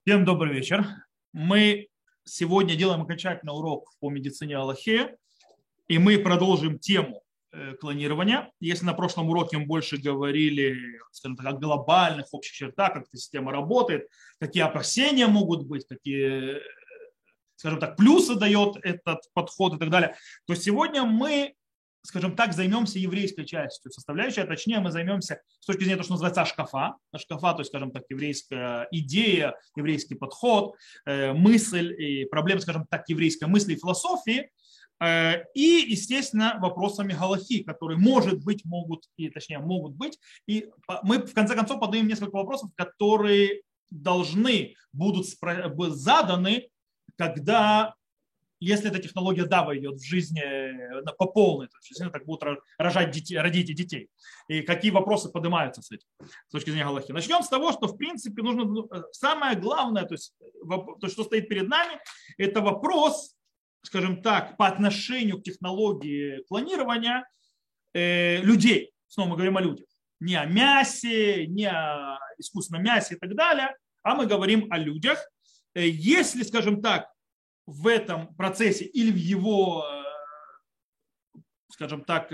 Всем добрый вечер. Мы сегодня делаем окончательный урок по медицине Аллахе, и мы продолжим тему клонирования. Если на прошлом уроке мы больше говорили, скажем так, о глобальных общих чертах, как эта система работает, какие опасения могут быть, какие, скажем так, плюсы дает этот подход и так далее, то сегодня мы, скажем так, займемся еврейской частью составляющей, а точнее мы займемся с точки зрения того, что называется ашкафа. Ашкафа, то есть, скажем так, еврейская идея, еврейский подход, мысль и проблемы, скажем так, еврейской мысли и философии. И, естественно, вопросами галахи, которые, может быть, могут быть. И мы, в конце концов, подаем несколько вопросов, которые должны будут заданы, когда, если эта технология, да, войдет в жизнь по полной, то есть так будут родить детей. И какие вопросы поднимаются с этим, с точки зрения галахи. Начнем с того, что, в принципе, нужно самое главное, то есть то, что стоит перед нами, это вопрос, скажем так, по отношению к технологии клонирования людей. Снова мы говорим о людях. Не о мясе, не о искусственном мясе и так далее, а мы говорим о людях. Если, скажем так, в этом процессе или в его, скажем так,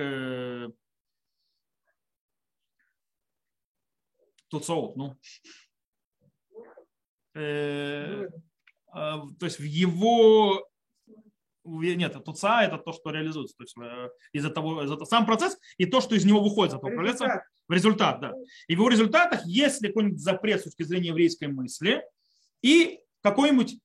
туцоут, то есть в его, нет, туца это то, что реализуется, то есть из-за того, сам процесс и то, что из него выходит, в результат, да. И в его результатах, если какой-нибудь запрет с точки зрения еврейской мысли и какой-нибудь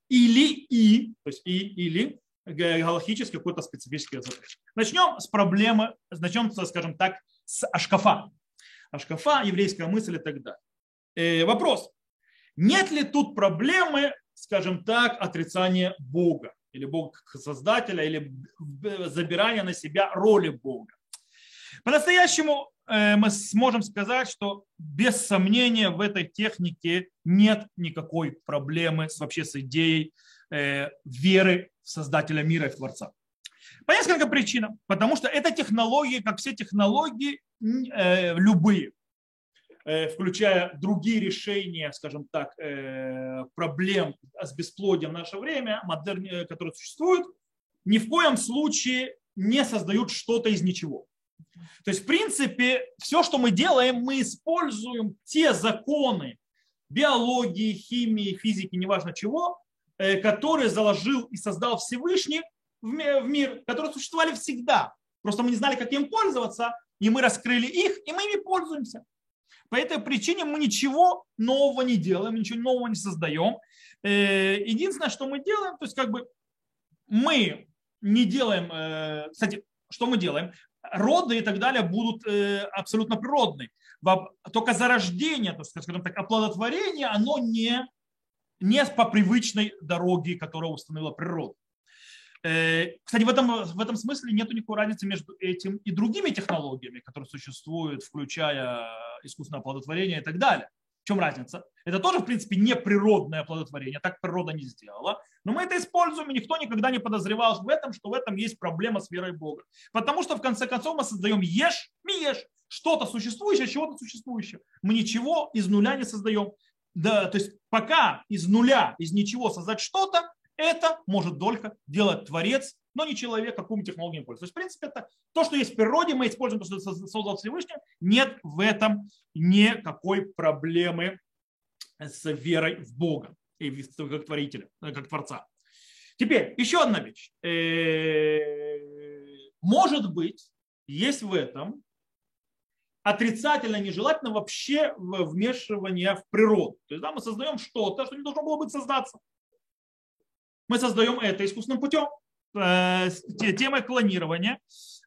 то есть или галахический какой-то специфический запрет. Начнем с проблемы, скажем так, с ашкафа. Ашкафа, еврейская мысль и так далее. Вопрос. Нет ли тут проблемы, скажем так, отрицания Бога? Или Бога как создателя, или забирания на себя роли Бога? По-настоящему мы сможем сказать, что без сомнения в этой технике нет никакой проблемы вообще с идеей веры в Создателя мира и в Творца. По нескольким причинам. Потому что эта технология, как все технологии, любые, включая другие решения, скажем так, проблем с бесплодием в наше время, которые существуют, ни в коем случае не создают что-то из ничего. То есть, в принципе, все, что мы делаем, мы используем те законы биологии, химии, физики, неважно чего, которые заложил и создал Всевышний в мир, которые существовали всегда. Просто мы не знали, как им пользоваться, и мы раскрыли их, и мы ими пользуемся. По этой причине мы ничего нового не делаем, ничего нового не создаем. Единственное, что мы делаем, то есть как бы мы не делаем, кстати, что мы делаем? Роды и так далее будут абсолютно природны. Только зарождение, то есть, скажем так, оплодотворение, оно не по привычной дороге, которую установила природа. Кстати, в этом смысле нет никакой разницы между этим и другими технологиями, которые существуют, включая искусственное оплодотворение и так далее. В чем разница? Это тоже, в принципе, не природное оплодотворение, так природа не сделала. Но мы это используем, и никто никогда не подозревал в этом, что в этом есть проблема с верой в Бога. Потому что, в конце концов, мы создаем что-то существующее, чего-то существующего. Мы ничего из нуля не создаем. Да, то есть пока из нуля, из ничего создать что-то, это может только делать Творец, но не человек, какую технологию пользуется. То есть, в принципе, это то, что есть в природе, мы используем то, что создал Всевышний. Нет в этом никакой проблемы с верой в Бога и как творителя, как Творца. Теперь, еще одна вещь. Может быть, есть в этом отрицательно, нежелательно вообще вмешивание в природу. То есть, да, мы создаем что-то, что не должно было быть создаться. Мы создаем это искусственным путем, темой клонирования.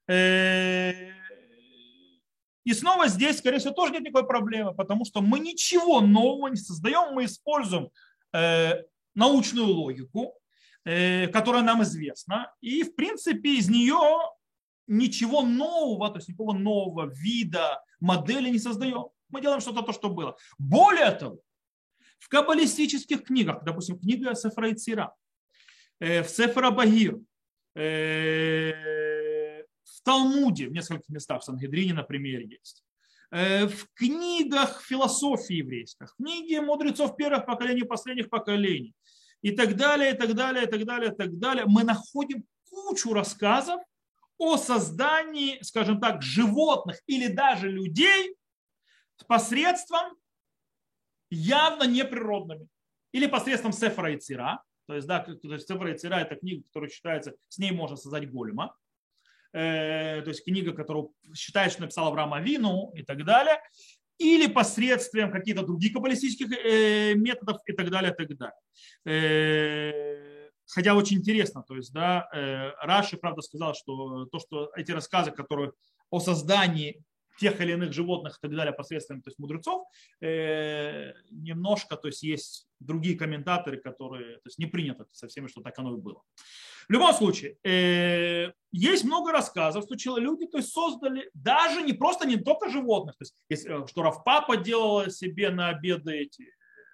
И снова здесь, скорее всего, тоже нет никакой проблемы, потому что мы ничего нового не создаем, мы используем научную логику, которая нам известна, и, в принципе, из нее ничего нового, то есть никакого нового вида, модели не создаем. Мы делаем что-то то, что было. Более того, в каббалистических книгах, допустим, книга Сефера Йецира, в Сефера Багир, в Талмуде, в нескольких местах, в Сангедрине, например, есть. в книгах философии еврейской, в книге мудрецов первых поколений, последних поколений и так далее, и так далее, и так далее, и так далее, мы находим кучу рассказов о создании, скажем так, животных или даже людей посредством явно неприродными или посредством Сефера Яцира. То есть, да, то есть Сефер Яцира – это книга, которая считается, с ней можно создать голема. То есть книга, которую считают, что написал Авраам Авину и так далее, или посредством каких-то других каббалистических методов и так далее, и так далее. Хотя очень интересно, то есть, да, Раши, правда, сказал, что то, что эти рассказы, которые о создании тех или иных животных и так далее посредством, то есть, мудрецов, немножко, то есть, есть другие комментаторы, которые, то есть, не принято со всеми, что так оно и было. В любом случае, есть много рассказов, что люди, то есть, создали даже не просто не только животных, то есть, что Равпапа делала себе на обеды эти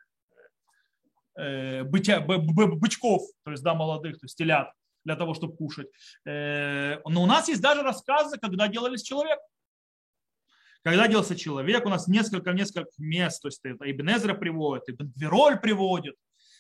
бычков, то есть, да, молодых, то есть, телят, для того, чтобы кушать. Но у нас есть даже рассказы, когда делались человек. Когда делался человек, у нас несколько мест, то есть это Ибн Эзра приводит, Ибн Гвироль приводит.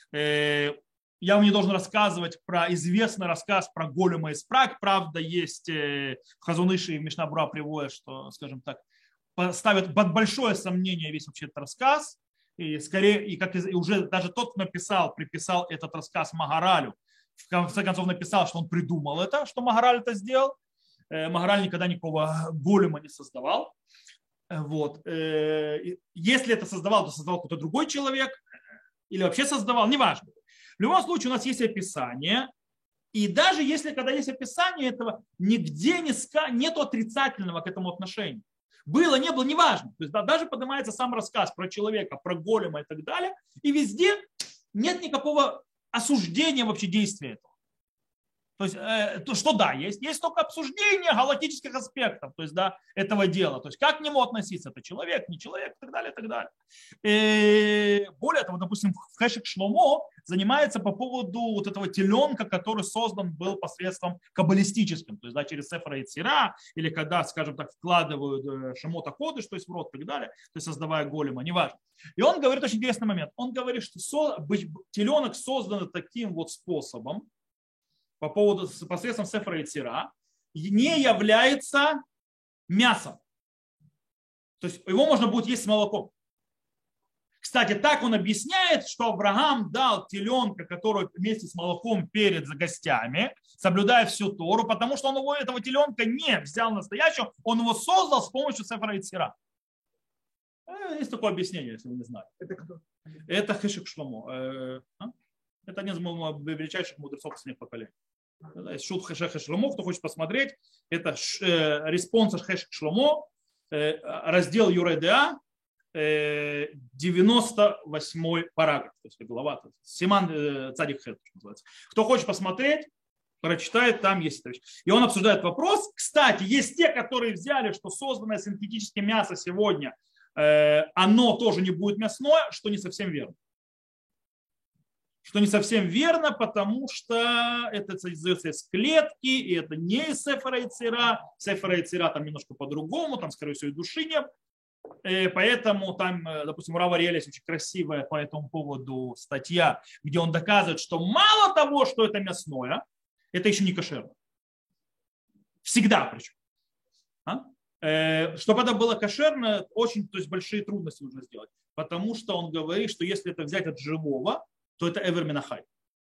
Я вам не должен рассказывать про известный рассказ про голема из Праг. Правда, есть в Хазуныше и в Мишна Брура приводят, что, скажем так, ставят под большое сомнение весь вообще этот рассказ. И скорее, и как и уже даже тот, кто написал, приписал этот рассказ Магаралю, в конце концов написал, что он придумал это, что Магараль это сделал. Магараль никогда никакого голема не создавал. Вот. Если это создавал, то создавал какой-то другой человек или вообще создавал, неважно. В любом случае у нас есть описание, и даже если, когда есть описание этого, нигде нету отрицательного к этому отношения. Было, не было, неважно. То есть, да, даже поднимается сам рассказ про человека, про голема и так далее, и везде нет никакого осуждения вообще действия этого. То есть, что да, есть только обсуждение галактических аспектов, то есть, да, этого дела. То есть, как к нему относиться, это человек, не человек, и так далее, и так далее. И более того, допустим, Хешек Шломо занимается по поводу вот этого теленка, который создан был посредством каббалистическим, то есть, да, через Сефера Яцира, или когда, скажем так, вкладывают Шемота Кодыш, то есть в рот и так далее, то есть создавая голема, неважно. И он говорит очень интересный момент. Он говорит, что теленок создан таким вот способом, по поводу посредством Сефера Яцира, не является мясом. То есть его можно будет есть с молоком. Кстати, так он объясняет, что Авраам дал теленка, который вместе с молоком перед гостями, соблюдая всю Тору, потому что он этого теленка не взял настоящего, он его создал с помощью Сефера Яцира. Есть такое объяснение, если вы не знаете. Это кто? Это Хешек Шломо. Это один из величайших мудрецов последних поколений. Шут Хешек Шломо, кто хочет посмотреть, это респонсор Хешек Шломо, раздел Юредеа, 98 параграф, то есть глава, Симан Цадик Хет называется. Кто хочет посмотреть, прочитает, там есть это. И он обсуждает вопрос. Кстати, есть те, которые взяли, что созданное синтетическим мясо сегодня, оно тоже не будет мясное, что не совсем верно. Что не совсем верно, потому что это создается из клетки, и это не из Сефера Яцира. Сефера Яцира там немножко по-другому, там, скорее всего, и души нет. Поэтому там, допустим, у Рава Ариэля есть очень красивая по этому поводу статья, где он доказывает, что мало того, что это мясное, это еще не кошерно. Всегда причем. Чтобы это было кошерно, очень, то есть, большие трудности нужно сделать. Потому что он говорит, что если это взять от живого, то это эвер минахай.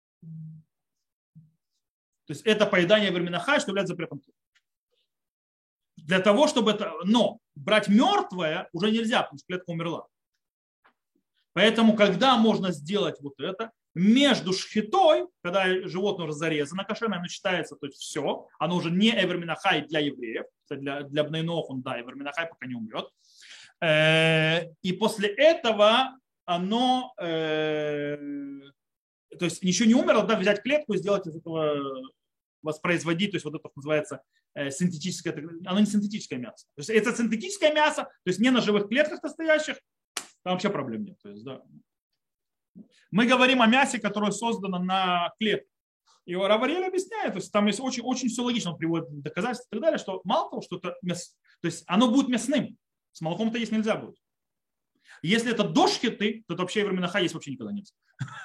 То есть это поедание эвер минахай, что является запретом. Для того, чтобы это... Но брать мертвое уже нельзя, потому что клетка умерла. Поэтому, когда можно сделать вот это, между шхитой, когда животное уже зарезано, кошерное, оно считается, то есть все, оно уже не эвер минахай для евреев, для бнейнов он, да, эвер минахай, пока не умрет. И после этого оно, то есть ничего не умерло, да, взять клетку и сделать из этого, воспроизводить, то есть вот это называется синтетическое, оно не синтетическое мясо. То есть это синтетическое мясо, то есть не на живых клетках настоящих, там вообще проблем нет. То есть, да. Мы говорим о мясе, которое создано на клетке. И Рав Ариэль объясняет, то есть там есть очень, очень все логично, он приводит доказательства и так далее, что мало того, что это мясо, то есть оно будет мясным. С молоком-то есть нельзя будет. Если это до шхиты, то это вообще временаха есть вообще никогда нельзя.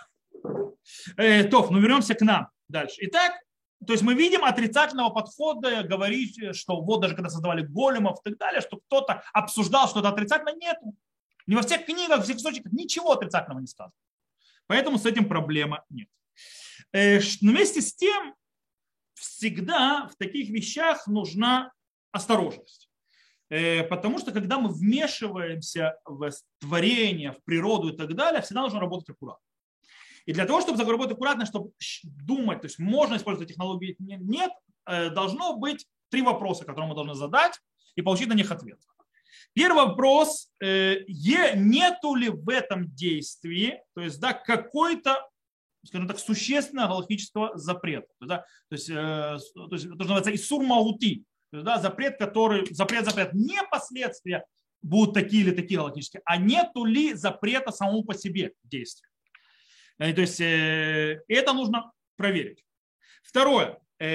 То, ну вернемся к нам дальше. Итак, то есть мы видим отрицательного подхода, говорить, что вот даже когда создавали големов и так далее, что кто-то обсуждал что-то отрицательное, нет. Не во всех книгах, во всех источниках ничего отрицательного не сказано. Поэтому с этим проблема нет. Но вместе с тем, всегда в таких вещах нужна осторожность. Потому что когда мы вмешиваемся в творение, в природу и так далее, всегда нужно работать аккуратно. И для того, чтобы заработать аккуратно, чтобы думать, то есть можно использовать технологии, нет, должно быть 3 вопроса, которые мы должны задать и получить на них ответ. Первый вопрос, нету ли в этом действии, то есть да, какой-то, скажем так, существенного галактического запрета. То есть это называется иссур маути, да, запрет, не последствия будут такие или такие галактические, а нету ли запрета самому по себе действия. То есть это нужно проверить. Второе.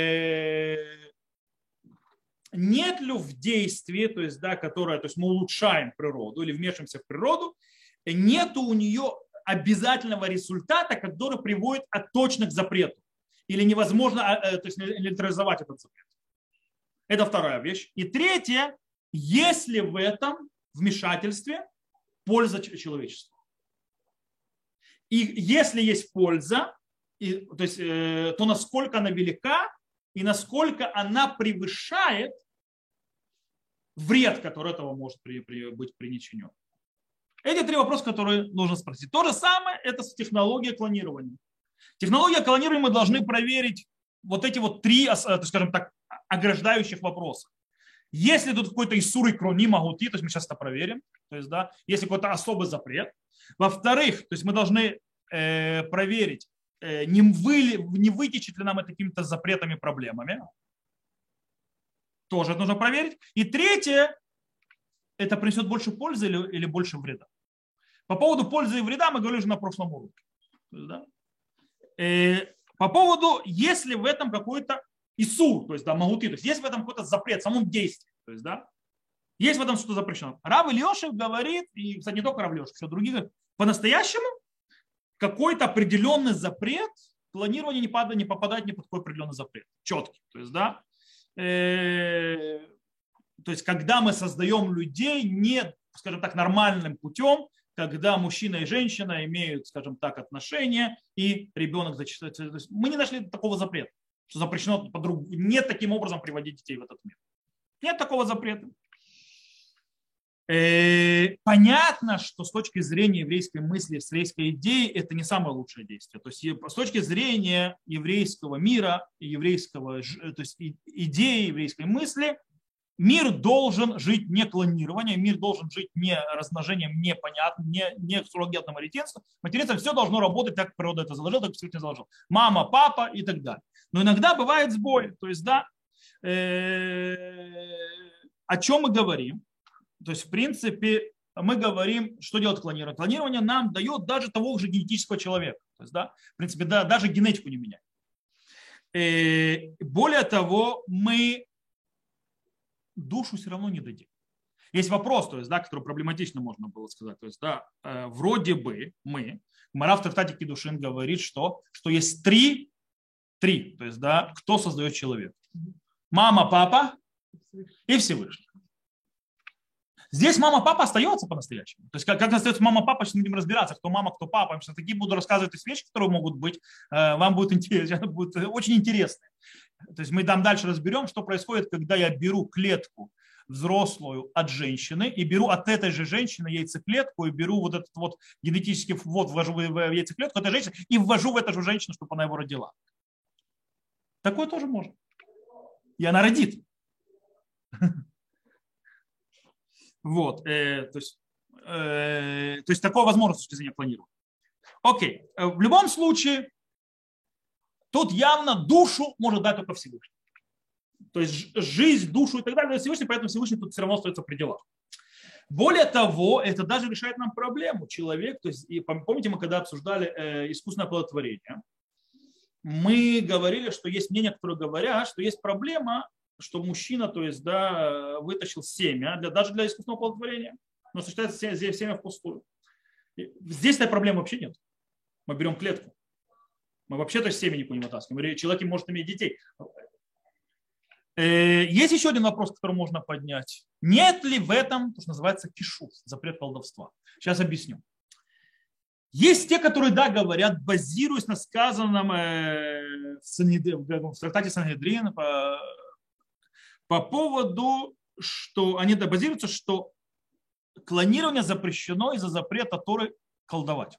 Нет ли в действии, то есть, да, которое, то есть мы улучшаем природу или вмешиваемся в природу, нету у нее обязательного результата, который приводит от точных запретов. Или невозможно то есть, нейтрализовать этот запрет. Это вторая вещь. И третье, есть ли в этом вмешательстве польза человечеству. И если есть польза, то насколько она велика и насколько она превышает вред, который этого может быть причинен. Эти 3 вопроса, которые нужно спросить. То же самое это с технологией клонирования. Технология клонирования мы должны проверить вот эти вот 3, скажем так, ограждающих вопроса. Если тут какой-то иссур и крони магути, то есть мы сейчас это проверим, то есть, да, если какой-то особый запрет. Во-вторых, то есть мы должны проверить, не вытечет ли нам это какими-то запретами, проблемами. Тоже это нужно проверить. И третье, это принесет больше пользы или больше вреда. По поводу пользы и вреда мы говорили уже на прошлом уроке. Да? По поводу, если в этом какой-то иссур, то есть да, магути, то есть есть в этом какой-то запрет, в самом действии, то есть да, есть в этом что-то запрещено. Рав Ильёшев говорит, и, кстати, не только Рав Ильёшев, еще другие, по-настоящему какой-то определенный запрет, планирование не попадает ни под какой определенный запрет, четкий, то есть да, то есть когда мы создаем людей не, скажем так, нормальным путем, когда мужчина и женщина имеют, скажем так, отношения, и ребенок зачитывается. Мы не нашли такого запрета, что запрещено нет таким образом приводить детей в этот мир. Нет такого запрета. Понятно, что с точки зрения еврейской мысли, еврейской идеи, это не самое лучшее действие. То есть с точки зрения еврейского мира, еврейского, то есть идеи еврейской мысли, мир должен жить не клонированием, мир должен жить не размножением непонятным, не суррогатным материнством. Материнство все должно работать так, как природа это заложила, так, как Всевышний заложил. Мама, папа и так далее. Но иногда бывает сбой. То есть, да, о чем мы говорим? То есть, в принципе, мы говорим, что делает клонирование. Клонирование нам дает даже того же генетического человека. То есть, да, в принципе, да, даже генетику не меняет. Более того, мы душу все равно не дадим. Есть вопрос, то есть, да, который проблематично можно было сказать. То есть, да, вроде бы Гмара в трактате Кидушин говорит, что есть три, то есть, да, кто создает человека. Мама, папа и Всевышний. Здесь мама, папа остается по-настоящему. То есть, как остается мама, папа, сейчас мы будем разбираться, кто мама, кто папа. Сейчас такие буду рассказывать вещи, которые могут быть, вам будет интересно, будет очень интересно. То есть мы там дальше разберем, что происходит, когда я беру клетку взрослую от женщины и беру от этой же женщины яйцеклетку и беру вот этот вот генетический ввод, ввожу в яйцеклетку этой женщины и ввожу в эту же женщину, чтобы она его родила. Такое тоже можно. И она родит. Вот. То есть такое возможно с точки зрения планирования. Окей. В любом случае, тут явно душу может дать только Всевышний. То есть жизнь, душу и так далее Всевышний, поэтому Всевышний тут все равно остается в пределах. Более того, это даже решает нам проблему. Человек, то есть, и помните, мы когда обсуждали искусственное оплодотворение, мы говорили, что есть мнения, которые говорят, что есть проблема, что мужчина, то есть, да, вытащил семя, даже для искусственного оплодотворения, но считается семя впустую. Здесь этой проблемы вообще нет. Мы берем клетку. Мы вообще то есть семя никуда не вытаскиваем. Человек может иметь детей. Есть еще один вопрос, который можно поднять. Нет ли в этом, то, что называется, кишу, запрет колдовства? Сейчас объясню. Есть те, которые, да, говорят, базируясь на сказанном в трактате Сангедрин по поводу, что они базируются, что клонирование запрещено из-за запрета Торы колдовать.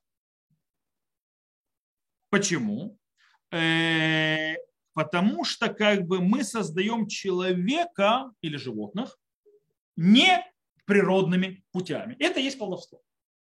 Почему? Потому что как бы мы создаем человека или животных не природными путями. Это и есть колдовство.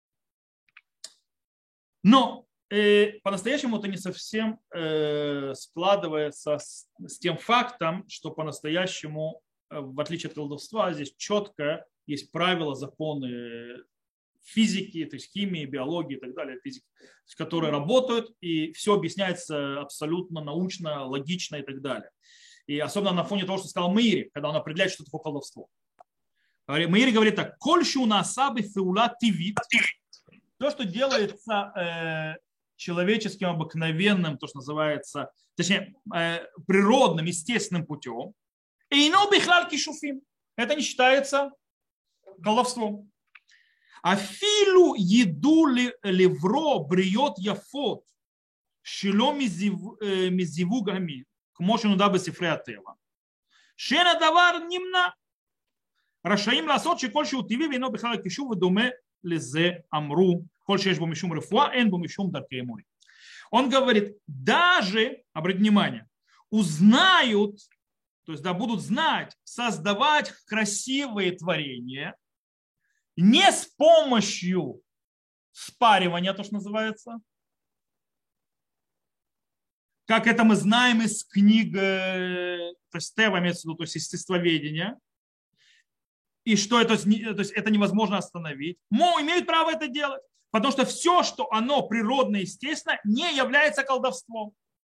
Но по-настоящему это не совсем складывается с тем фактом, что по-настоящему, в отличие от колдовства, здесь четко есть правила, законы физики, то есть химии, биологии и так далее, физики, которые работают, и все объясняется абсолютно научно, логично и так далее. И особенно на фоне того, что сказал Мейри, когда он определяет, что такое колдовство. Мейри говорит так: «Кольшу на асабы феула тивит». То, что делается человеческим обыкновенным, то, что называется, точнее, природным, естественным путем, «Эйно бихлаль кишуфим». Это не считается колдовством. Афилу еду левро бриот яфот шило мизиву гами к мошену дабы сифреатела. Шена давар нимна рашаим ласот шекольши утиви вино бихала кишу выдуме лезе амру кольши бо мишум рефуа эн бо мишум даркеемури. Он говорит, даже, обратите внимание, узнают, то есть да, будут знать, создавать красивые творения не с помощью спаривания, то, что называется, как это мы знаем из книг, то есть Тева имеется в виду, то есть естествоведения, и что это, то есть это невозможно остановить, но имеют право это делать, потому что все, что оно природно и естественно, не является колдовством.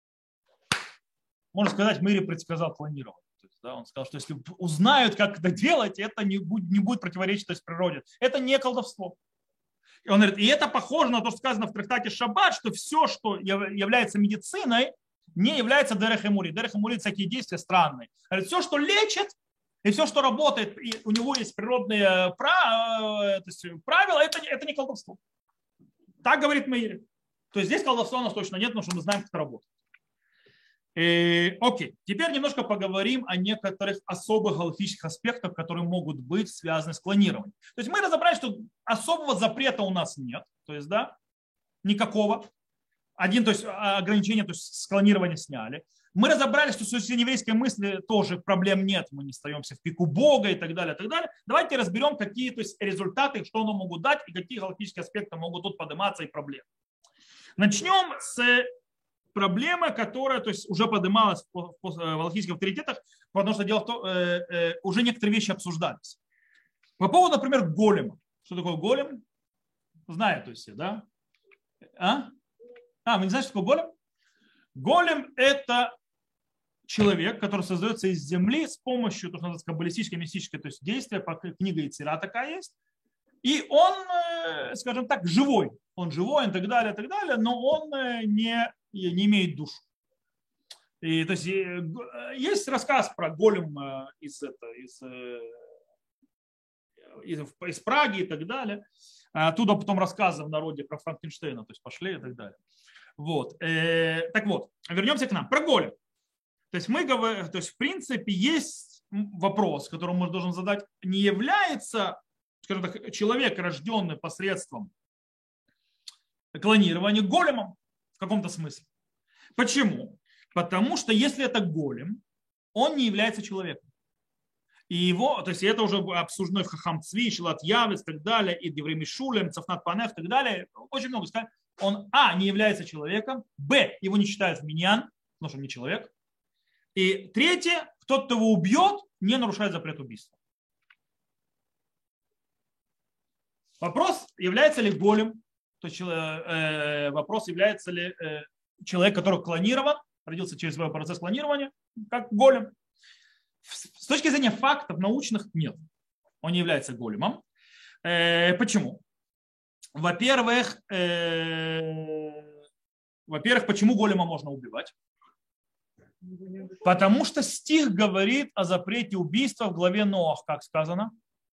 Можно сказать, Мэри предсказал клонирование. Да, он сказал, что если узнают, как это делать, это не будет противоречить то есть, природе. Это не колдовство. И он говорит, и это похоже на то, что сказано в трактате Шаббат, что все, что является медициной, не является дерех эмури. Дерех эмури – всякие действия странные. Говорит, все, что лечит, и все, что работает, и у него есть природные правила, это не колдовство. Так говорит Мейри. То есть здесь колдовства у нас точно нет, потому что мы знаем, как это работает. Окей, теперь немножко поговорим о некоторых особых галактических аспектах, которые могут быть связаны с клонированием. То есть мы разобрали, что особого запрета у нас нет, то есть, да, никакого. Один, то есть ограничения, то есть с клонирования сняли. Мы разобрали, что с еврейской мысли тоже проблем нет, мы не остаемся в пику Бога и так далее, и так далее. Давайте разберем, какие то есть, результаты, что оно могут дать и какие галактические аспекты могут тут подниматься и проблемы. Начнем с проблема, которая то есть, уже поднималась в галактических авторитетах, потому что дело в том, уже некоторые вещи обсуждались. По поводу, например, голема. Что такое голем? Знают то есть все, да? Вы не знаете, что такое голем? Голем – это человек, который создается из земли с помощью, то, что называется, каббалистической, мистической, то есть действия, книга Ицира такая есть. И он, скажем так, живой. Он живой и так далее, но он не имеет душу. И, то есть, есть рассказ про голем из Праги и так далее. Оттуда потом рассказы в народе про Франкенштейна, то есть пошли и так далее. Вот. Так вот, вернемся к нам. Про голем. То есть мы говорим, то есть в принципе есть вопрос, который мы должен задать, не является, скажем так, человек, рожденный посредством клонирования, големом в каком-то смысле. Почему? Потому что если это голем, он не является человеком. И его, то есть это уже обсуждено в Хахам Цви, Шилат Явец и так далее, и Деврей Шулем, Цафнат Панех и так далее. Очень много сказать. Он, не является человеком, его не считают в миньян, потому что он не человек. И третье, тот, кто его убьет, не нарушает запрет убийства. Вопрос, является ли голем, то есть вопрос, является ли человек, который клонирован, родился через свой процесс клонирования, как голем. С точки зрения фактов научных нет. Он не является големом. Почему? Во-первых, почему голема можно убивать? Потому что стих говорит о запрете убийства в главе Ноах, как сказано.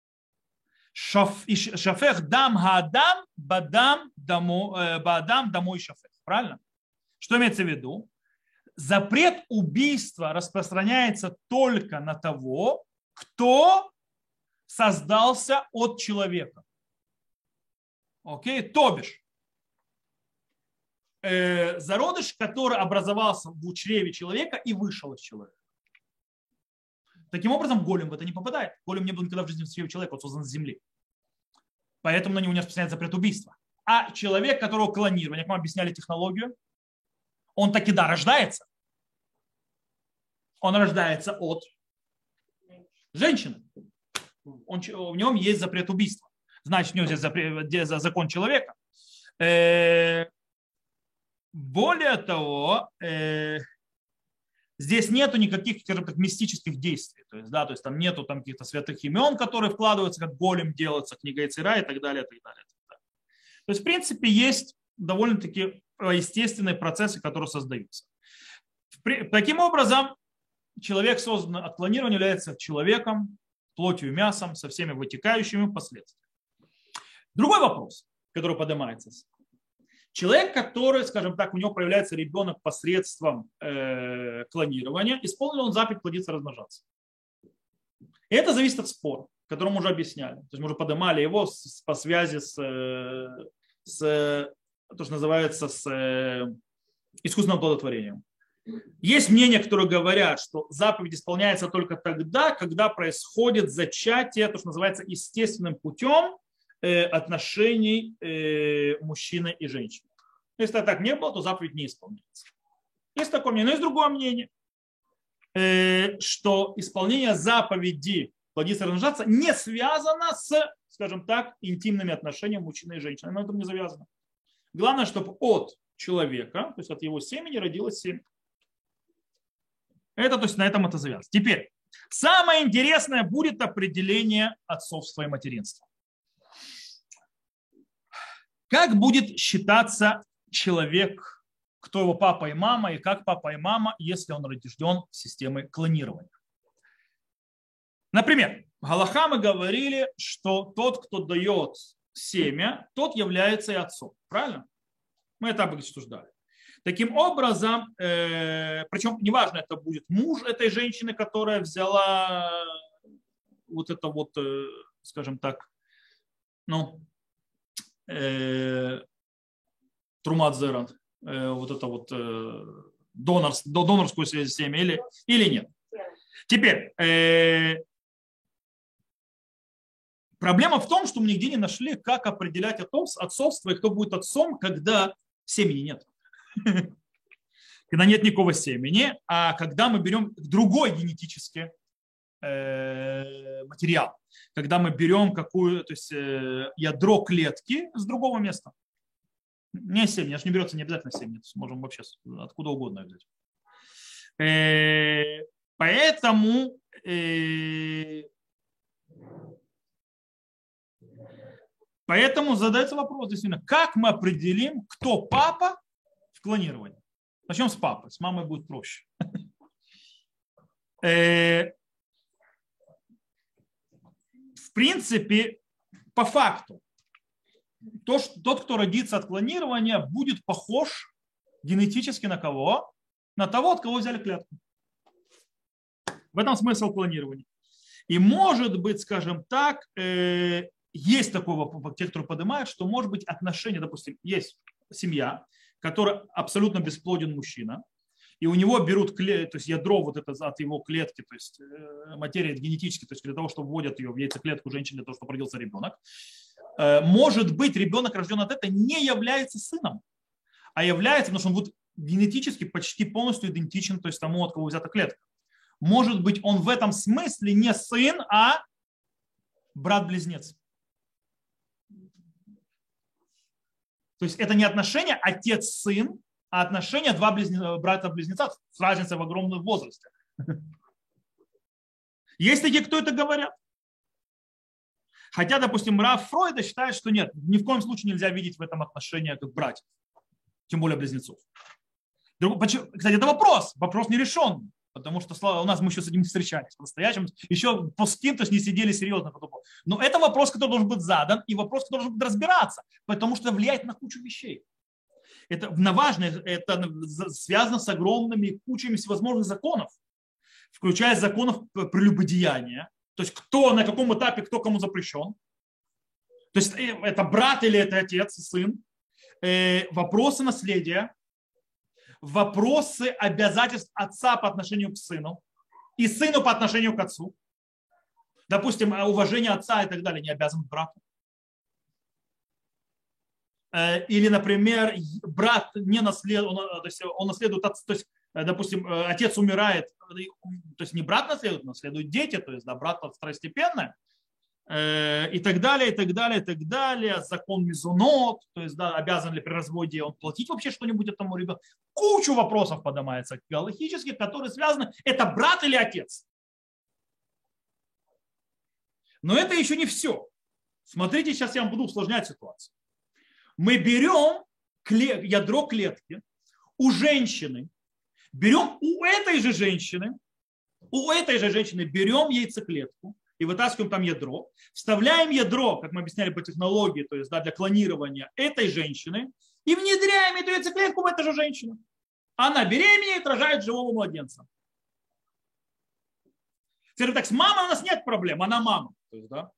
Шафех дам хаадам бадам домой шафех. Правильно? Что имеется в виду? Запрет убийства распространяется только на того, кто создался от человека. Окей? То бишь, зародыш, который образовался в чреве человека и вышел из человека. Таким образом, голем в это не попадает. Голем не был никогда в жизни в чреве человека, он создан с земли. Поэтому на него не распространяется запрет убийства. А человек, которого клонировали, как мы объясняли технологию, он таки да, рождается. Он рождается от женщины. В нем есть запрет убийства. Значит, у него здесь закон человека. Более того, здесь нету никаких, скажем так, мистических действий. То есть, да, то есть там нету там каких-то святых имен, которые вкладываются, как голем делается, книга Ицера и так далее, и так далее. То есть, в принципе, есть довольно-таки естественные процессы, которые создаются. Таким образом, человек, созданный от клонирования, является человеком, плотью и мясом, со всеми вытекающими последствиями. Другой вопрос, который поднимается. Человек, который, скажем так, у него появляется ребенок посредством клонирования, исполнил он заповедь плодиться, размножаться. И это зависит от спора, который мы уже объясняли. То есть мы уже поднимали его по связи с то, что называется, с искусственным оплодотворением. Есть мнения, которые говорят, что заповедь исполняется только тогда, когда происходит зачатие, то, что называется, естественным путем отношений мужчины и женщины. Если так не было, то заповедь не исполняется. Есть такое мнение. Но есть другое мнение, что исполнение заповеди плодиться и размножаться не связано с, скажем так, интимными отношениями мужчины и женщины. Но это не завязано. Главное, чтобы от человека, то есть от его семени родилось семя. Это, то есть на этом это завязано. Теперь, самое интересное будет определение отцовства и материнства. Как будет считаться человек, кто его папа и мама, и как папа и мама, если он рожден системой клонирования? Например, в Галаха мы говорили, что тот, кто дает семя, тот является и отцом. Правильно? Мы это обсуждали. Таким образом, причем неважно, это будет муж этой женщины, которая взяла вот это вот, скажем так, ну, трумат зеран, вот это вот донорскую семя или нет. Теперь, проблема в том, что мы нигде не нашли, как определять отцовство и кто будет отцом, когда семени нет. Когда нет никакого семени, а когда мы берем другой генетический материал, когда мы берем какую, то есть ядро клетки с другого места. Не семя, аж не берется не обязательно семя, можем вообще откуда угодно взять. Поэтому задается вопрос, действительно, как мы определим, кто папа в клонировании? Начнем с папы, с мамой будет проще. В принципе, по факту, тот, кто родится от клонирования, будет похож генетически на кого? На того, от кого взяли клетку. В этом смысл клонирования. И может быть, скажем так, есть такой вопрос, те, которые поднимают, что может быть отношения, допустим, есть семья, которая абсолютно бесплоден мужчина, и у него берут то есть ядро вот это от его клетки, то есть материя генетически, то есть для того, чтобы вводят ее в яйцеклетку женщины, для того, чтобы родился ребенок. Может быть, ребенок, рожден от этого, не является сыном, а является, потому что он будет генетически почти полностью идентичен, то есть тому, от кого взята клетка. Может быть, он в этом смысле не сын, а брат-близнец. То есть это не отношение отец-сын, а отношение два брата-близнеца с разницей в огромном возрасте. Есть такие, кто это говорят. Хотя, допустим, Раф Фройда считает, что нет, ни в коем случае нельзя видеть в этом отношение как братьев, тем более близнецов. Кстати, это вопрос нерешенный, потому что у нас мы еще с этим не встречались по-настоящему, еще пуским, то есть не сидели серьезно по этому. Но это вопрос, который должен быть задан, и вопрос, который должен быть разбираться, потому что влияет на кучу вещей. Это важно, это связано с огромными кучами всевозможных законов, включая законов прелюбодеяния, то есть кто на каком этапе, кто кому запрещен. То есть это брат или это отец, сын. Вопросы наследия, вопросы обязательств отца по отношению к сыну и сыну по отношению к отцу. Допустим, уважение отца и так далее не обязан брату. Или, например, брат не наследует, то есть он наследует отца, то есть, допустим, отец умирает, то есть не брат наследует дети, то есть да, брат второстепенное, и так далее, и так далее, и так далее. Закон мезонот, то есть да, обязан ли при разводе он платить вообще что-нибудь этому ребенку. Кучу вопросов поднимается галахических, которые связаны, это брат или отец. Но это еще не все. Смотрите, сейчас я вам буду усложнять ситуацию. Мы берем ядро клетки у женщины, берем у этой же женщины берем яйцеклетку и вытаскиваем там ядро, вставляем ядро, как мы объясняли по технологии, то есть да, для клонирования этой женщины, и внедряем эту яйцеклетку в эту же женщину. Она беременеет, рожает живого младенца. Теперь так, с мамой у нас нет проблем, она мама. То есть, да,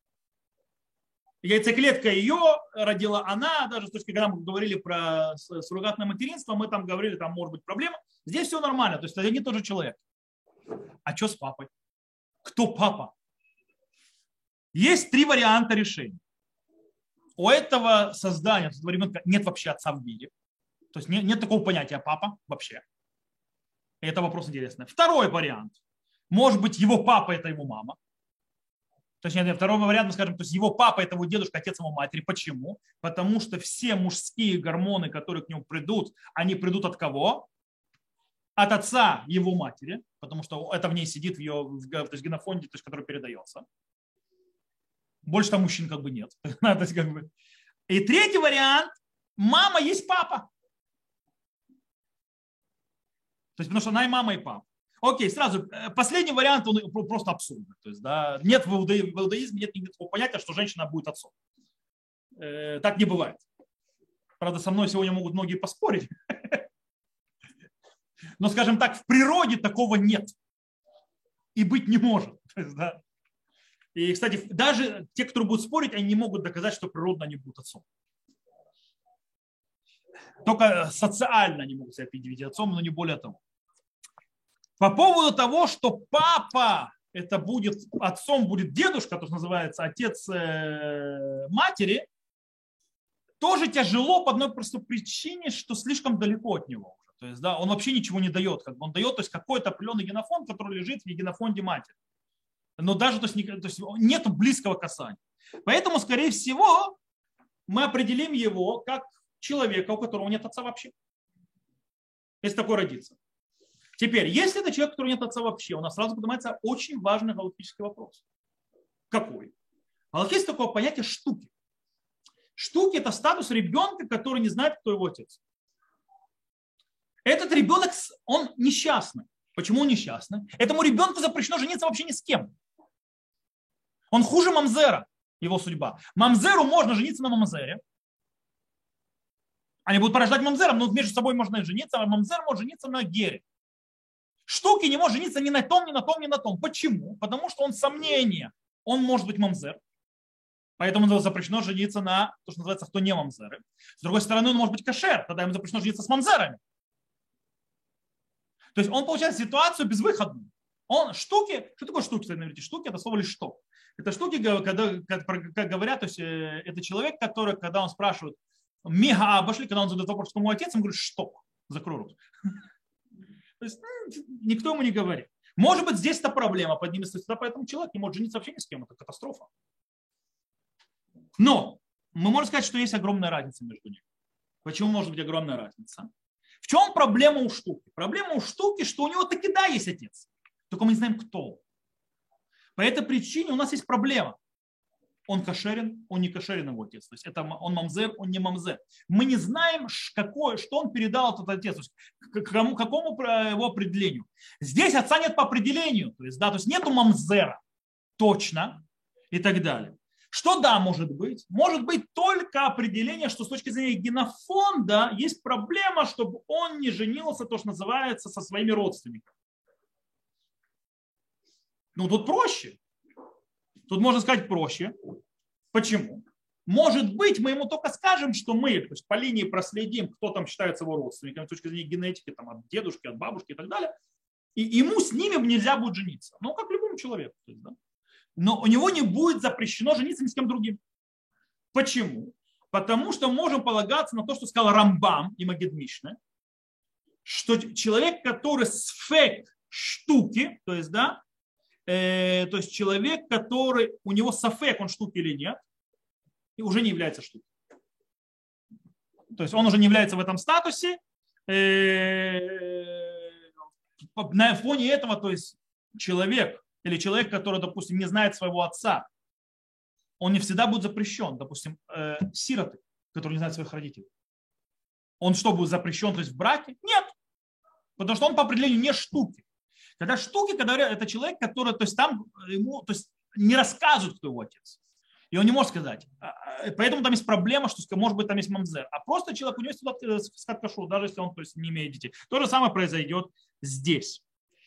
яйцеклетка ее родила она, даже когда мы говорили про суррогатное материнство, мы там говорили, там может быть проблема. Здесь все нормально, то есть это не тот же человек. А что с папой? Кто папа? Есть 3 варианта решения. У этого создания, у этого ребенка нет вообще отца в мире. То есть нет такого понятия папа вообще. И это вопрос интересный. Второй вариант. Может быть, его папа – это его мама. Точнее, второй вариант, мы скажем, то есть его папа – это его дедушка, отец его матери. Почему? Потому что все мужские гормоны, которые к нему придут, они придут от кого? От отца его матери, потому что это в ней сидит в ее то есть генофонде, то есть, который передается. Больше там мужчин как бы нет. То есть, как бы. И третий вариант – мама есть папа. То есть, потому что она и мама, и папа. Окей, сразу. Последний вариант, он просто абсурдный. То есть, да, нет в иудаизме нет никакого понятия, что женщина будет отцом. Так не бывает. Правда, со мной сегодня могут многие поспорить. Но, скажем так, в природе такого нет. И быть не может. То есть, да. И, кстати, даже те, кто будут спорить, они не могут доказать, что природно они будут отцом. Только социально они могут себя видеть отцом, но не более того. По поводу того, что папа это будет, отцом будет дедушка, то есть называется отец матери, тоже тяжело по одной простой причине, что слишком далеко от него уже. То есть, да, он вообще ничего не дает. Как бы он дает то есть, какой-то определенный генофонд, который лежит в генофонде матери. Но даже то есть, нет близкого касания. Поэтому, скорее всего, мы определим его как человека, у которого нет отца вообще. Если такой родится. Теперь, если это человек, у которого нет отца вообще, у нас сразу поднимается очень важный галактический вопрос. Какой? А есть такое понятие штуки. Штуки – это статус ребенка, который не знает, кто его отец. Этот ребенок, он несчастный. Почему он несчастный? Этому ребенку запрещено жениться вообще ни с кем. Он хуже мамзера, его судьба. Мамзеру можно жениться на мамзере. Они будут порождать мамзером, но между собой можно жениться, а мамзер может жениться на гере. Штуки не может жениться ни на том, ни на том, ни на том. Почему? Потому что он сомнение. Он может быть мамзер. Поэтому запрещено жениться на то, что называется, кто не мамзеры. С другой стороны, он может быть кашер. Тогда ему запрещено жениться с мамзерами. То есть он получает ситуацию безвыходную. Он штуки, что такое штуки? Штуки – это слово лишь что. Это штуки, когда, как говорят, то есть это человек, который, когда он спрашивает, мега обошли, когда он задает вопрос, что мой отец, он говорит, что? Закрой рот. То есть никто ему не говорит. Может быть, здесь это проблема поднимется сюда, поэтому человек не может жениться вообще ни с кем. Это катастрофа. Но мы можем сказать, что есть огромная разница между ними. Почему может быть огромная разница? В чем проблема у штуки? Проблема у штуки, что у него таки да есть отец. Только мы не знаем, кто. По этой причине у нас есть проблема. Он кошерен, он не кошерен его отец. То есть это он мамзер, он не мамзер. Мы не знаем, что он передал этот отец, то есть какому его определению. Здесь отца нет по определению, то есть нету мамзера точно и так далее. Что да, может быть? Может быть только определение, что с точки зрения генофонда есть проблема, чтобы он не женился, то, что называется, со своими родственниками. Ну, тут проще. Тут можно сказать проще. Почему? Может быть, мы ему только скажем, что мы, то есть по линии проследим, кто там считается его родственником, с точки зрения генетики, там, от дедушки, от бабушки и так далее. И ему с ними нельзя будет жениться. Ну, как любому человеку. То есть, да? Но у него не будет запрещено жениться ни с кем другим. Почему? Потому что можем полагаться на то, что сказал Рамбам и Магид Мишна, что человек, который сфек штуки, то есть, да, то есть человек, который, у него сафек, он штуки или нет, и уже не является штукой. То есть он уже не является в этом статусе. На фоне этого, то есть человек, или человек, который, допустим, не знает своего отца, он не всегда будет запрещен. Допустим, сироты, которые не знают своих родителей. Он что, будет запрещен, то есть в браке? Нет. Потому что он по определению не штуки. Когда штуки, когда это человек, который, то есть там ему, то есть не рассказывают, кто его отец. И он не может сказать. Поэтому там есть проблема, что, может быть, там есть мамзер. А просто человек, у него есть скат-кашу, даже если он, то есть, не имеет детей. То же самое произойдет здесь.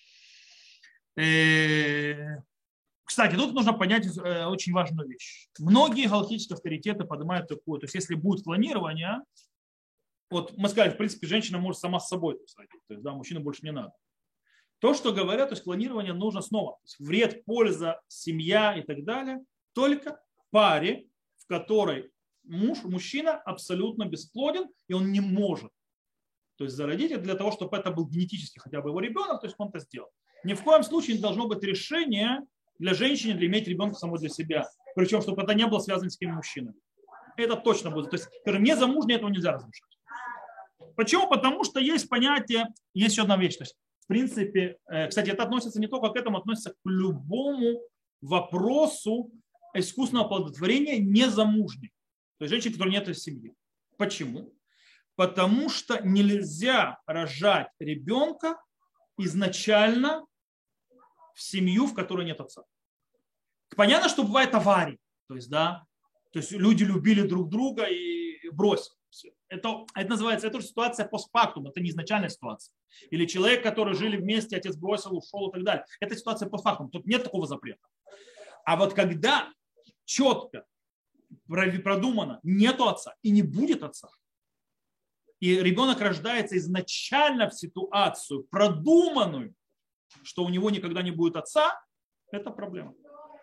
Кстати, тут нужно понять очень важную вещь. Многие галактические авторитеты поднимают такую, то есть если будет клонирование, вот мы сказали, в принципе, женщина может сама с собой, то есть, да, мужчину больше не надо. То, что говорят, то есть клонирование нужно снова. То есть вред, польза, семья и так далее, только паре, в которой мужчина абсолютно бесплоден, и он не может. То есть зародить это для того, чтобы это был генетически хотя бы его ребенок, то есть он это сделал. Ни в коем случае не должно быть решение для женщины для иметь ребенка самой для себя. Причем, чтобы это не было связано с каким мужчиной. Это точно будет. То есть, скажем, незамужней этого нельзя разрушать. Почему? Потому что есть понятие, есть еще одна вещь. То есть, в принципе, кстати, это относится не только к этому, относится к любому вопросу искусственного оплодотворения незамужней. То есть женщины, которые нет в семье. Почему? Потому что нельзя рожать ребенка изначально в семью, в которой нет отца. Понятно, что бывают аварии. То есть, да, то есть люди любили друг друга и бросили. Это называется, это ситуация постфактум, это не изначальная ситуация. Или человек, который жили вместе, отец бросил, ушел и так далее. Это ситуация постфактум, тут нет такого запрета. А вот когда четко продумано, нету отца и не будет отца, и ребенок рождается изначально в ситуацию продуманную, что у него никогда не будет отца, это проблема.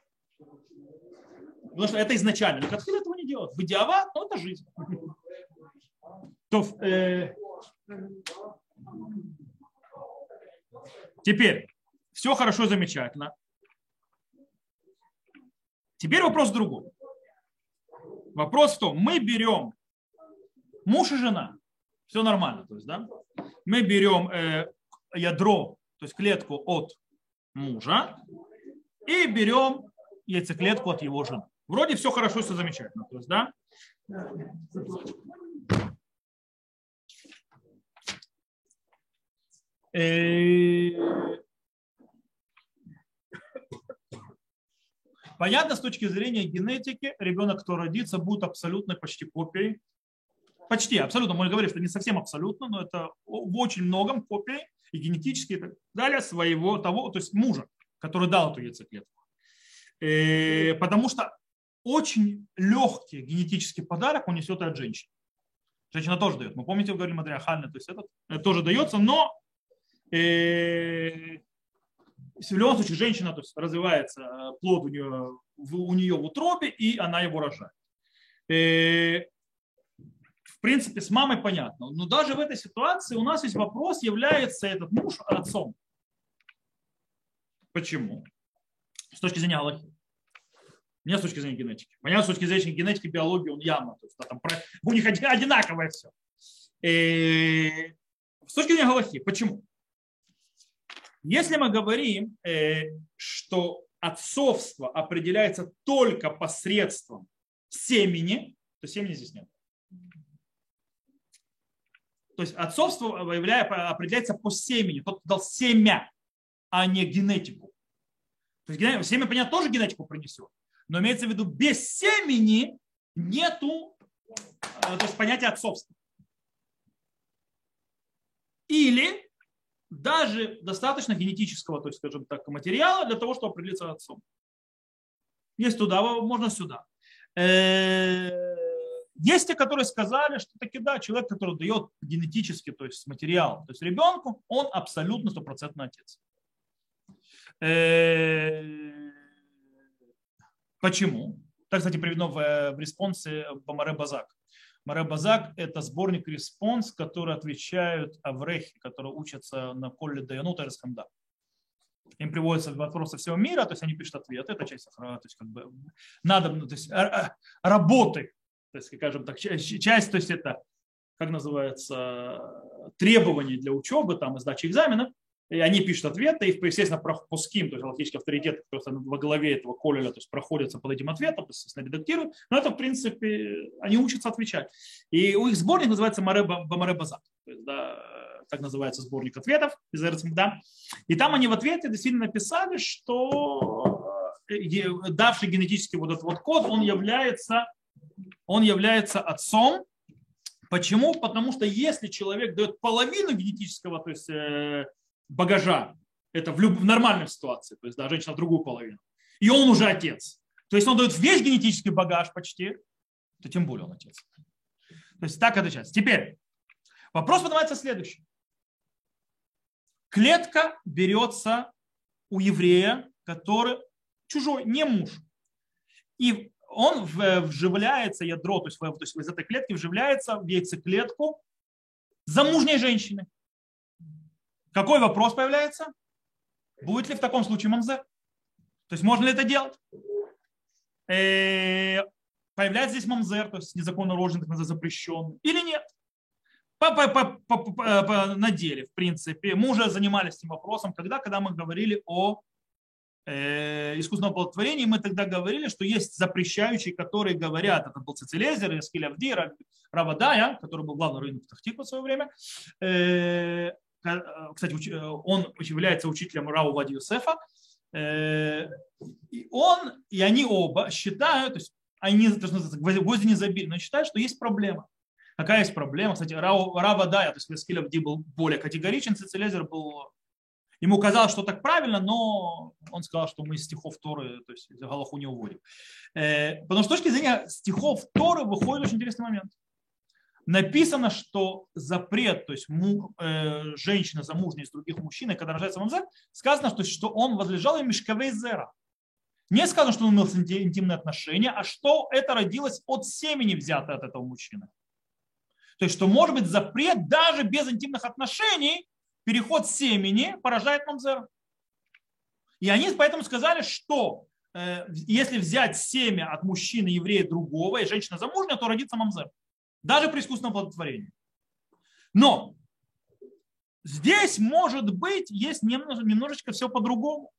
Потому что это изначально. Никто этого не делает. В идеале, но это жизнь. Теперь, все хорошо, замечательно. Теперь вопрос другой. Вопрос в том, мы берем муж и жена, все нормально, то есть, да? Мы берем ядро, то есть клетку от мужа, и берем яйцеклетку от его жены. Вроде все хорошо, все замечательно, то есть, да? Понятно, с точки зрения генетики, ребенок, кто родится, будет абсолютно почти копией. Почти, абсолютно. Мы говорим, что не совсем абсолютно, но это в очень многом копией и генетически и так далее своего того, то есть мужа, который дал эту яйцеклетку. Потому что очень легкий генетический подарок он несет и от женщины. Женщина тоже дает. Мы помните, мы говорили, матриархально, то есть это тоже дается, но в любом случае женщина, то есть развивается плод у нее в утробе, и она его рожает. В принципе, с мамой понятно. Но даже в этой ситуации у нас есть вопрос, является этот муж отцом. Почему? С точки зрения Аллахи. Не с точки зрения генетики. Понятно, с точки зрения генетики, биологии он явно. То есть, там, у них одинаковое все. С точки зрения Аллахи. Почему? Если мы говорим, что отцовство определяется только посредством семени, то семени здесь нет. То есть отцовство определяется по семени. Тот, кто дал семя, а не генетику. То есть семя, понятно, тоже генетику принесет. Но имеется в виду, без семени нету то есть, понятия отцовства. Или даже достаточно генетического, то есть, скажем так, материала для того, чтобы определиться отцом. Есть туда, можно сюда. Есть те, которые сказали, что таки да, человек, который дает генетически, то есть материал, то есть ребенку, он абсолютно стопроцентный отец. Почему? Так, кстати, приведено в респонсе Маре Базак. Маре Базак – это сборник респонс, которые отвечают аврехи, которые учатся на Колле Даянут и Эсканда. Им приводятся вопросы всего мира, то есть они пишут ответы, это часть, то есть как бы надо, то есть работы, то есть, скажем так, часть, то есть это, как называется, требования для учебы, там, и сдачи экзамена, и они пишут ответы, и, естественно, пуским, то есть логический авторитет, который во главе этого коллеля, то есть проходятся под этим ответом, естественно, редактируют, но это, в принципе, они учатся отвечать. И у их сборник называется Маре Базак, то есть, да, так называется сборник ответов из РЦМД. И там они в ответе действительно написали, что давший генетический вот этот вот код, он является отцом. Почему? Потому что если человек дает половину генетического, то есть багажа, это в нормальной ситуации, то есть да, женщина другую половину, и он уже отец. То есть он дает весь генетический багаж почти, то тем более он отец. То есть так отличается. Теперь вопрос поднимается следующий. Клетка берется у еврея, который чужой, не муж. И он вживляется, ядро, то есть из этой клетки вживляется в яйцеклетку замужней женщины. Какой вопрос появляется? Будет ли в таком случае мамзер? То есть можно ли это делать? Появляется здесь мамзер, то есть незаконно рожденный, так называемый, запрещенный, или нет? На деле, в принципе, мы уже занимались этим вопросом, когда мы говорили о искусственном оплодотворении, мы тогда говорили, что есть запрещающие, которые говорят, это был Цицелезер, Эскиль Авди, Рав Адая, который был главным раввином Петах-Тиква в свое время. Кстати, он является учителем Рава Овадии Йосефа. И они оба считают, то есть они гвозди не забили, но считают, что есть проблема. Какая есть проблема? Кстати, Рав Адая, то есть Эскиль Авди был более категоричен, Цицелезер был... Ему казалось, что так правильно, но он сказал, что мы из стихов Торы, то есть галаху не уводим. Потому что с точки зрения стихов Торы выходит очень интересный момент. Написано, что запрет, то есть женщина замужняя из других мужчин, и когда рождается мамзер, сказано, что он возлежал им мишкавей зера. Не сказано, что он имел интимные отношения, а что это родилось от семени, взятое от этого мужчины. То есть, что может быть запрет даже без интимных отношений, переход семени поражает мамзера. И они поэтому сказали, что если взять семя от мужчины, еврея другого, и женщина замужняя, то родится мамзер. Даже при искусственном оплодотворении. Но здесь, может быть, есть немножечко все по-другому.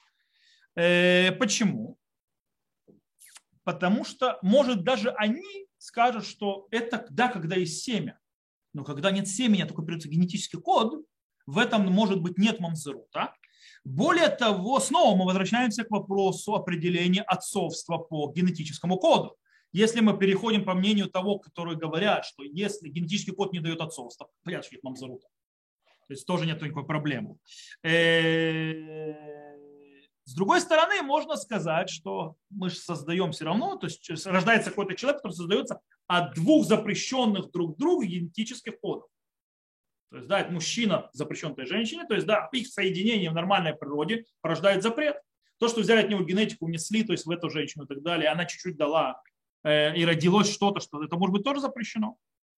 Почему? Потому что, может, даже они скажут, что это да, когда есть семя. Но когда нет семени, а только берется генетический код, в этом, может быть, нет мамзерута. Более того, снова мы возвращаемся к вопросу определения отцовства по генетическому коду. Если мы переходим по мнению того, которые говорят, что если генетический код не дает отцовства, понятно, что нет мамзерута. То есть тоже нет никакой проблемы. С другой стороны, можно сказать, что мы же создаем все равно, то есть рождается какой-то человек, который создается от двух запрещенных друг другу генетических кодов. То есть, да, это мужчина, запрещен этой женщине, то есть, да, их соединение в нормальной природе порождает запрет. То, что взяли от него генетику, внесли, то есть в эту женщину и так далее, она чуть-чуть дала, и родилось что-то, что это может быть тоже запрещено.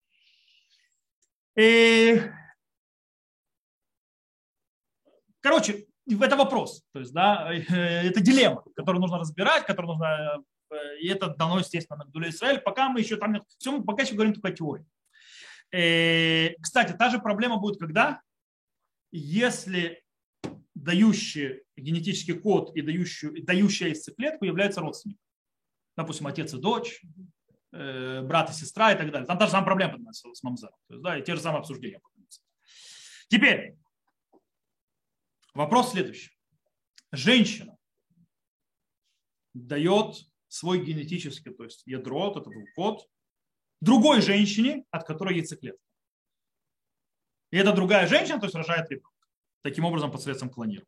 Короче, это вопрос, то есть, да, это дилемма, которую нужно разбирать, которую нужно, и это дано, естественно, на Гдулей Исраэль, пока мы еще там, все, мы пока еще говорим только о теории. Кстати, та же проблема будет когда? Если дающий генетический код и дающая яйцеклетку являются родственниками. Допустим, отец и дочь, брат и сестра и так далее. Там та же самая проблема поднимается с мамзаром. То есть, да, и те же самые обсуждения поднимаются. Теперь вопрос следующий. Женщина дает свой генетический, то есть ядро, вот этот код, другой женщине, от которой яйцеклетка. И эта другая женщина, то есть рожает ребенка. Таким образом, посредством клонирования.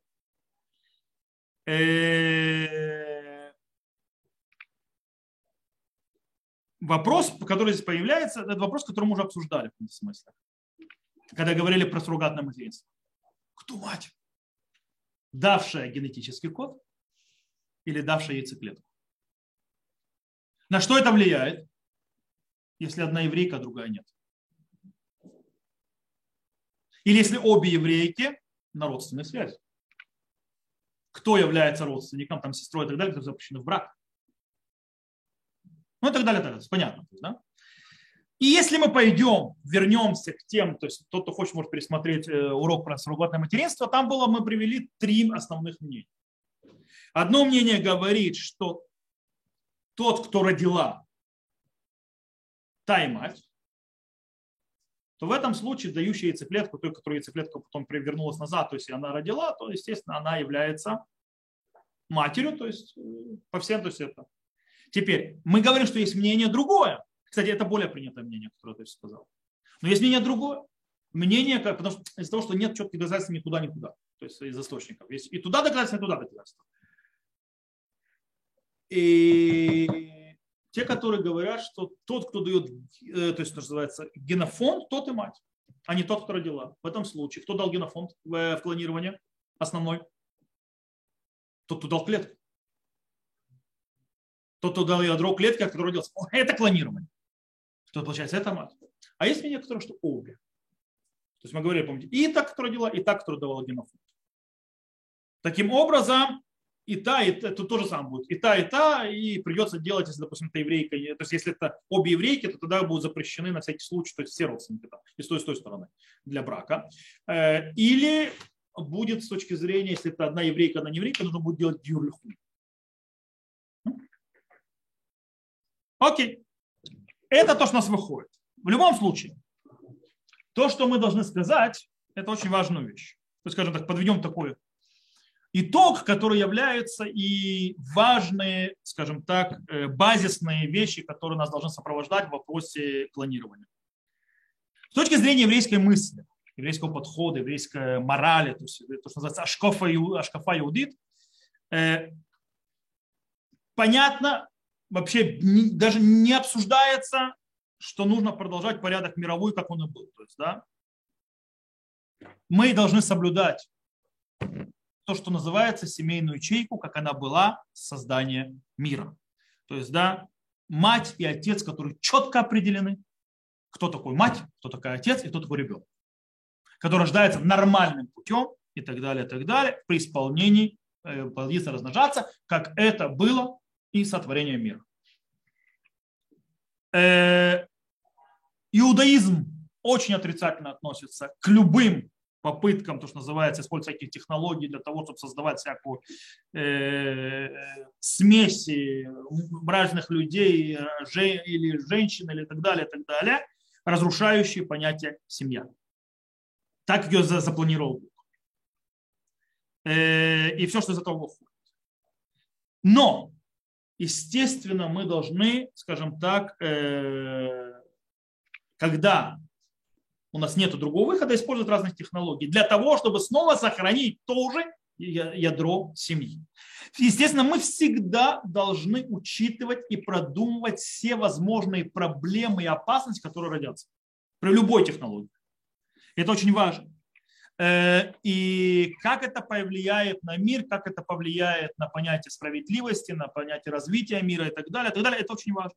Вопрос, который здесь появляется, это вопрос, который мы уже обсуждали в этом смысле. Когда говорили про суррогатное материнство. Кто мать? Давшая генетический код или давшая яйцеклетку? На что это влияет, если одна еврейка, а другая нет? Или если обе еврейки на родственной связи? Кто является родственником, там сестрой и так далее, которые запрещены в брак? Ну и так далее, так далее. Понятно. Да? И если мы пойдем, вернемся к тем, то есть тот, кто хочет, может пересмотреть урок про суррогатное материнство, там было, мы привели 3 основных мнения. Одно мнение говорит, что тот, кто родила, та и мать, то в этом случае дающая яйцеклетку, той, которая яйцеклетка потом вернулась назад, то есть она родила, то, естественно, она является матерью, то есть по всем, то есть это. Теперь, мы говорим, что есть мнение другое. Кстати, это более принятое мнение, которое я сказал. Но есть мнение другое. Мнение, потому что из-за того, что нет четких доказательств ни туда, ни туда. То есть из источников. Есть и туда доказательства, и туда доказательства. И те, которые говорят, что тот, кто дает, то есть называется генофонд, тот и мать, а не тот, кто родила. В этом случае, кто дал генофонд в клонировании основной? Тот, кто дал клетку. Тот, кто дал ядро клетки, от которой родился. Это клонирование. Что получается, это мать. А есть мнение, которое, что обе. То есть мы говорили, помните, и та, которая родила, и та, которая давала генофонд. Таким образом, и та, и это то же самое будет. И та, и придется делать, если, допустим, это еврейка. То есть, если это обе еврейки, то тогда будут запрещены на всякий случай, то есть все родственники там, и с той стороны для брака. Или будет с точки зрения, если это одна еврейка, одна не еврейка, нужно будет делать дюрлиху. Окей. Это то, что у нас выходит. В любом случае, то, что мы должны сказать, это очень важная вещь. То есть, скажем так, подведем такой итог, который является и важные, скажем так, базисные вещи, которые нас должны сопровождать в вопросе клонирования. С точки зрения еврейской мысли, еврейского подхода, еврейской морали, то есть то, что называется ашкафа иудит, понятно, вообще даже не обсуждается, что нужно продолжать порядок мировой, как он и был. То есть, да, мы должны соблюдать то, что называется семейную ячейку, как она была с создания мира. То есть, да, мать и отец, которые четко определены, кто такой мать, кто такой отец и кто такой ребенок, который рождается нормальным путем и так далее, при исполнении плодиться, размножаться, как это было и сотворение мира. Иудаизм очень отрицательно относится к любым попыткам, то, что называется, использовать всяких технологий для того, чтобы создавать всякую смеси разных людей или женщин, или так далее, разрушающие понятие семья. Так, как ее запланировал Бог. И все, что из этого выходит. Но, естественно, мы должны, скажем так, когда у нас нет другого выхода, использовать разных технологий для того, чтобы снова сохранить то же ядро семьи. Естественно, мы всегда должны учитывать и продумывать все возможные проблемы и опасности, которые родятся при любой технологии. Это очень важно. И как это повлияет на мир, как это повлияет на понятие справедливости, на понятие развития мира и так далее, это очень важно.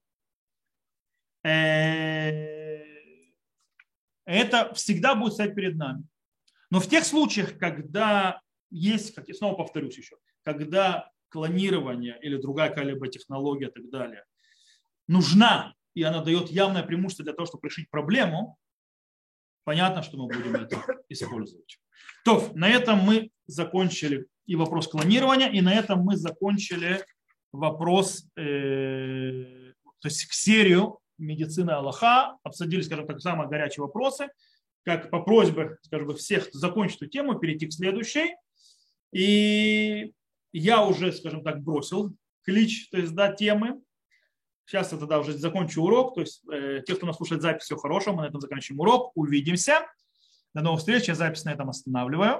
Это всегда будет стоять перед нами. Но в тех случаях, когда есть, как я снова повторюсь еще, когда клонирование или другая какая-либо технология и так далее нужна, и она дает явное преимущество для того, чтобы решить проблему, понятно, что мы будем это использовать. То, на этом мы закончили и вопрос клонирования, и на этом мы закончили вопрос, то есть серию медицины Аллаха, обсудили, скажем так, самые горячие вопросы, как по просьбе, скажем, всех закончить эту тему, перейти к следующей. И я уже, скажем так, бросил клич, то есть, да, темы. Сейчас я тогда уже закончу урок. То есть те, кто нас слушает запись, всего хорошего. Мы на этом заканчиваем урок. Увидимся. До новых встреч. Я запись на этом останавливаю.